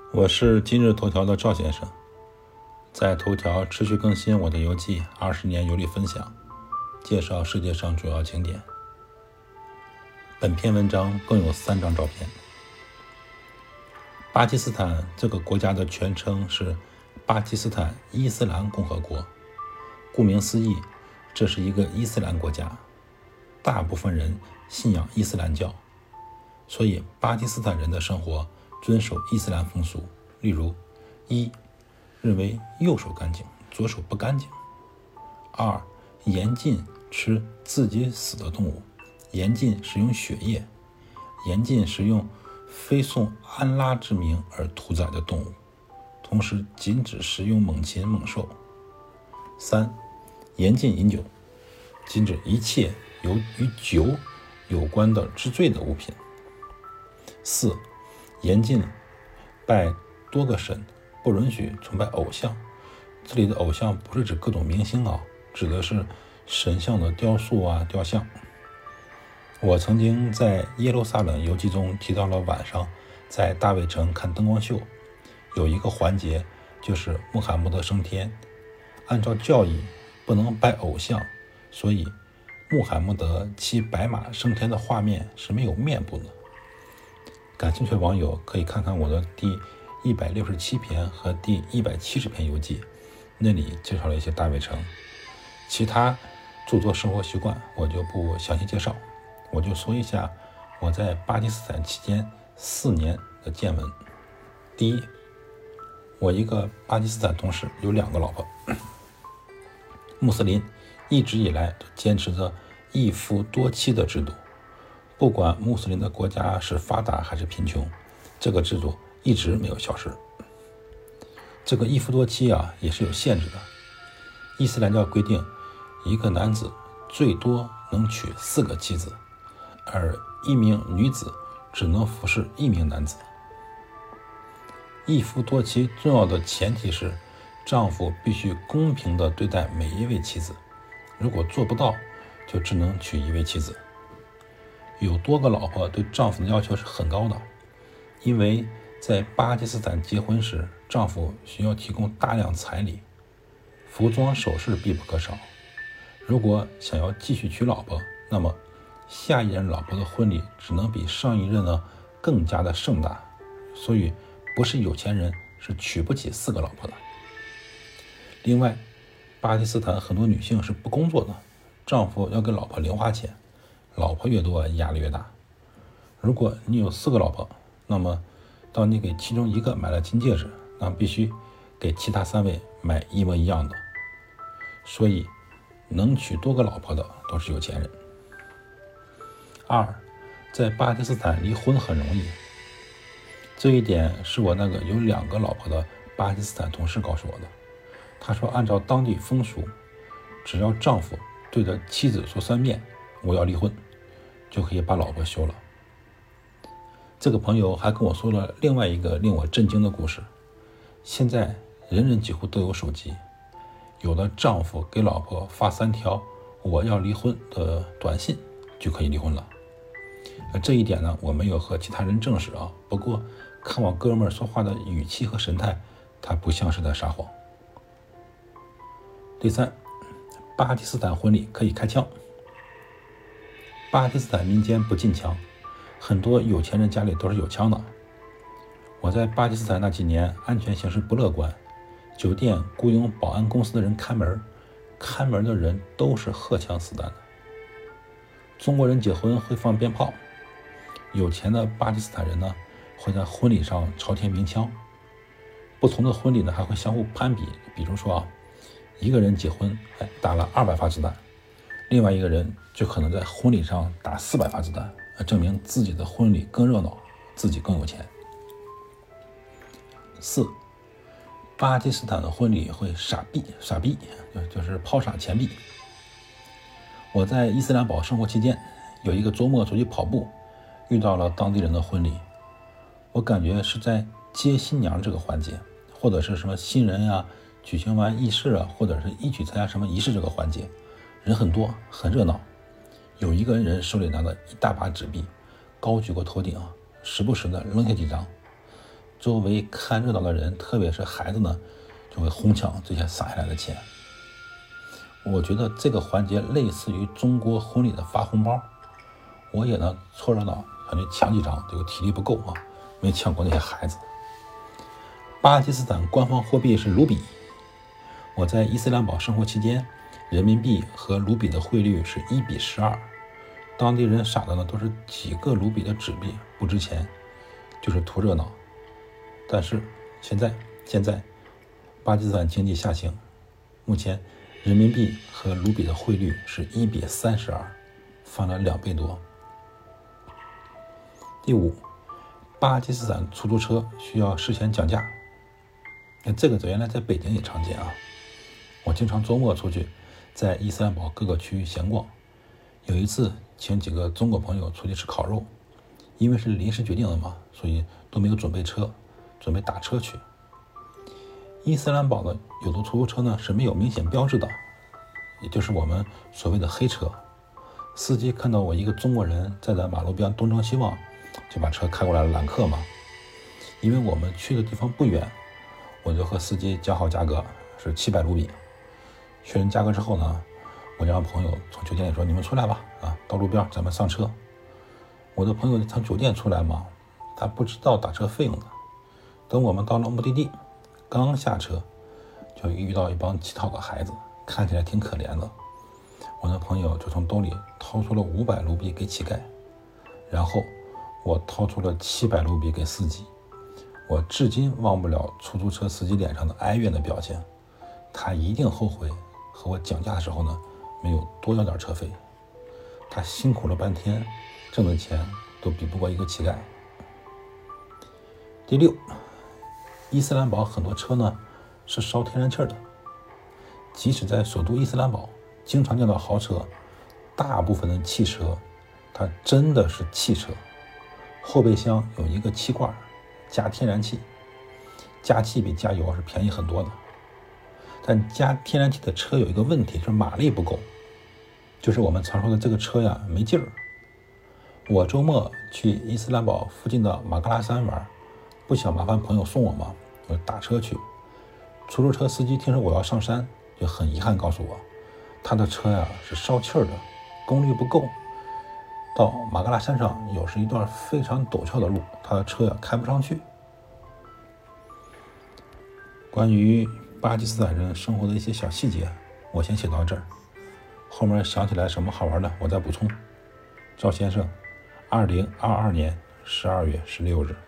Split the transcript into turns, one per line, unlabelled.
我是今日头条的赵先生，在头条持续更新我的游记20年游历分享，介绍世界上主要景点。本篇文章共有3张照片。巴基斯坦这个国家的全称是巴基斯坦伊斯兰共和国，顾名思义，这是一个伊斯兰国家，大部分人信仰伊斯兰教，所以巴基斯坦人的生活遵守伊斯兰风俗，例如：1. 认为右手干净，左手不干净； 2. 严禁吃自己死的动物，严禁使用血液，严禁使用非颂安拉之名而屠宰的动物，同时禁止食用猛禽猛兽。 3. 严禁饮酒，禁止一切与酒有关的治罪的物品。 4. 严禁拜多个神，不允许崇拜偶像。这里的偶像不是指各种明星指的是神像的雕塑雕像。我曾经在耶路撒冷游记中提到了晚上在大卫城看灯光秀，有一个环节就是穆罕默德升天，按照教义不能拜偶像，所以穆罕默德骑白马升天的画面是没有面部的。感兴趣的网友可以看看我的第167篇和第170篇游记，那里介绍了一些大卫城。其他著作生活习惯我就不详细介绍，我就说一下我在巴基斯坦期间4年的见闻。第一，我一个巴基斯坦同事有2个老婆，穆斯林一直以来都坚持着一夫多妻的制度，不管穆斯林的国家是发达还是贫穷，这个制度一直没有消失。这个一夫多妻也是有限制的。伊斯兰教规定，一个男子最多能娶4个妻子，而一名女子只能服侍1名男子。一夫多妻重要的前提是，丈夫必须公平地对待每一位妻子，如果做不到，就只能娶1位妻子。有多个老婆对丈夫的要求是很高的，因为在巴基斯坦结婚时，丈夫需要提供大量彩礼，服装首饰必不可少。如果想要继续娶老婆，那么下一任老婆的婚礼只能比上一任更加的盛大，所以不是有钱人是娶不起4个老婆的。另外，巴基斯坦很多女性是不工作的，丈夫要给老婆零花钱，老婆越多压力越大。如果你有4个老婆，那么当你给其中1个买了金戒指，那必须给其他3位买一模一样的。所以能娶多个老婆的都是有钱人。2. 在巴基斯坦离婚很容易，这一点是我那个有2个老婆的巴基斯坦同事告诉我的。他说按照当地风俗，只要丈夫对着妻子说3遍我要离婚，就可以把老婆休了。这个朋友还跟我说了另外一个令我震惊的故事。现在人人几乎都有手机，有的丈夫给老婆发3条我要离婚的短信就可以离婚了。这一点呢，我没有和其他人证实不过看我哥们儿说话的语气和神态，他不像是在撒谎。第3，巴基斯坦婚礼可以开枪。巴基斯坦民间不禁枪，很多有钱人家里都是有枪的。我在巴基斯坦那几年安全形势不乐观，酒店雇佣保安公司的人看门，看门的人都是荷枪实弹的。中国人结婚会放鞭炮，有钱的巴基斯坦人呢会在婚礼上朝天鸣枪。不同的婚礼呢还会相互攀比，比如说一个人结婚打了200发子弹，另外一个人就可能在婚礼上打400发子弹，证明自己的婚礼更热闹，自己更有钱。4. 巴基斯坦的婚礼会撒币，就是抛洒钱币。我在伊斯兰堡生活期间，有一个周末出去跑步，遇到了当地人的婚礼。我感觉是在接新娘这个环节，或者是什么新人举行完仪式或者是一起参加什么仪式这个环节，人很多，很热闹。有一个人手里拿着一大把纸币，高举过头顶，时不时的扔下几张。 周围看热闹的人，特别是孩子呢，就会哄抢这些撒下来的钱。我觉得这个环节类似于中国婚礼的发红包，我也呢凑热闹，感觉抢几张这个体力不够啊，没抢过那些孩子。巴基斯坦官方货币是卢比。我在伊斯兰堡生活期间，人民币和卢比的汇率是1:12，当地人撒的呢都是几个卢比的纸币，不值钱，就是图热闹。但是现在巴基斯坦经济下行，目前人民币和卢比的汇率是1:32，翻了2倍多。第5，巴基斯坦出租车需要事先讲价。这个原来在北京也常见啊。我经常周末出去在伊斯兰堡各个区域闲逛，有一次请几个中国朋友出去吃烤肉，因为是临时决定的嘛，所以都没有准备车，准备打车去。伊斯兰堡的有的出租车呢是没有明显标志的，也就是我们所谓的黑车。司机看到我一个中国人站在马路边东张西望，就把车开过来了，揽客嘛。因为我们去的地方不远，我就和司机讲好价格，是700卢比。确认价格之后呢，我就让朋友从酒店里说：“你们出来吧，到路边咱们上车。”我的朋友从酒店出来嘛，他不知道打车费用的。等我们到了目的地，刚下车就遇到一帮乞讨的孩子，看起来挺可怜的。我的朋友就从兜里掏出了500卢比给乞丐，然后我掏出了700卢比给司机。我至今忘不了出租车司机脸上的哀怨的表情，他一定后悔和我讲价的时候呢，没有多要点车费。他辛苦了半天，挣的钱都比不过一个乞丐。第6，伊斯兰堡很多车呢是烧天然气的。即使在首都伊斯兰堡，经常见到豪车，大部分的汽车它真的是汽车，后备箱有一个气罐加天然气，加气比加油是便宜很多的。但加天然气的车有一个问题，就是马力不够，就是我们常说的这个车呀没劲儿。我周末去伊斯兰堡附近的马格拉山玩，不想麻烦朋友送我嘛，我打车去。出租车司机听说我要上山，就很遗憾告诉我，他的车呀是烧气儿的，功率不够，到马格拉山上有时一段非常陡峭的路，他的车呀开不上去。关于巴基斯坦人生活的一些小细节，我先写到这儿，后面想起来什么好玩的我再补充。赵先生，2022年12月16日。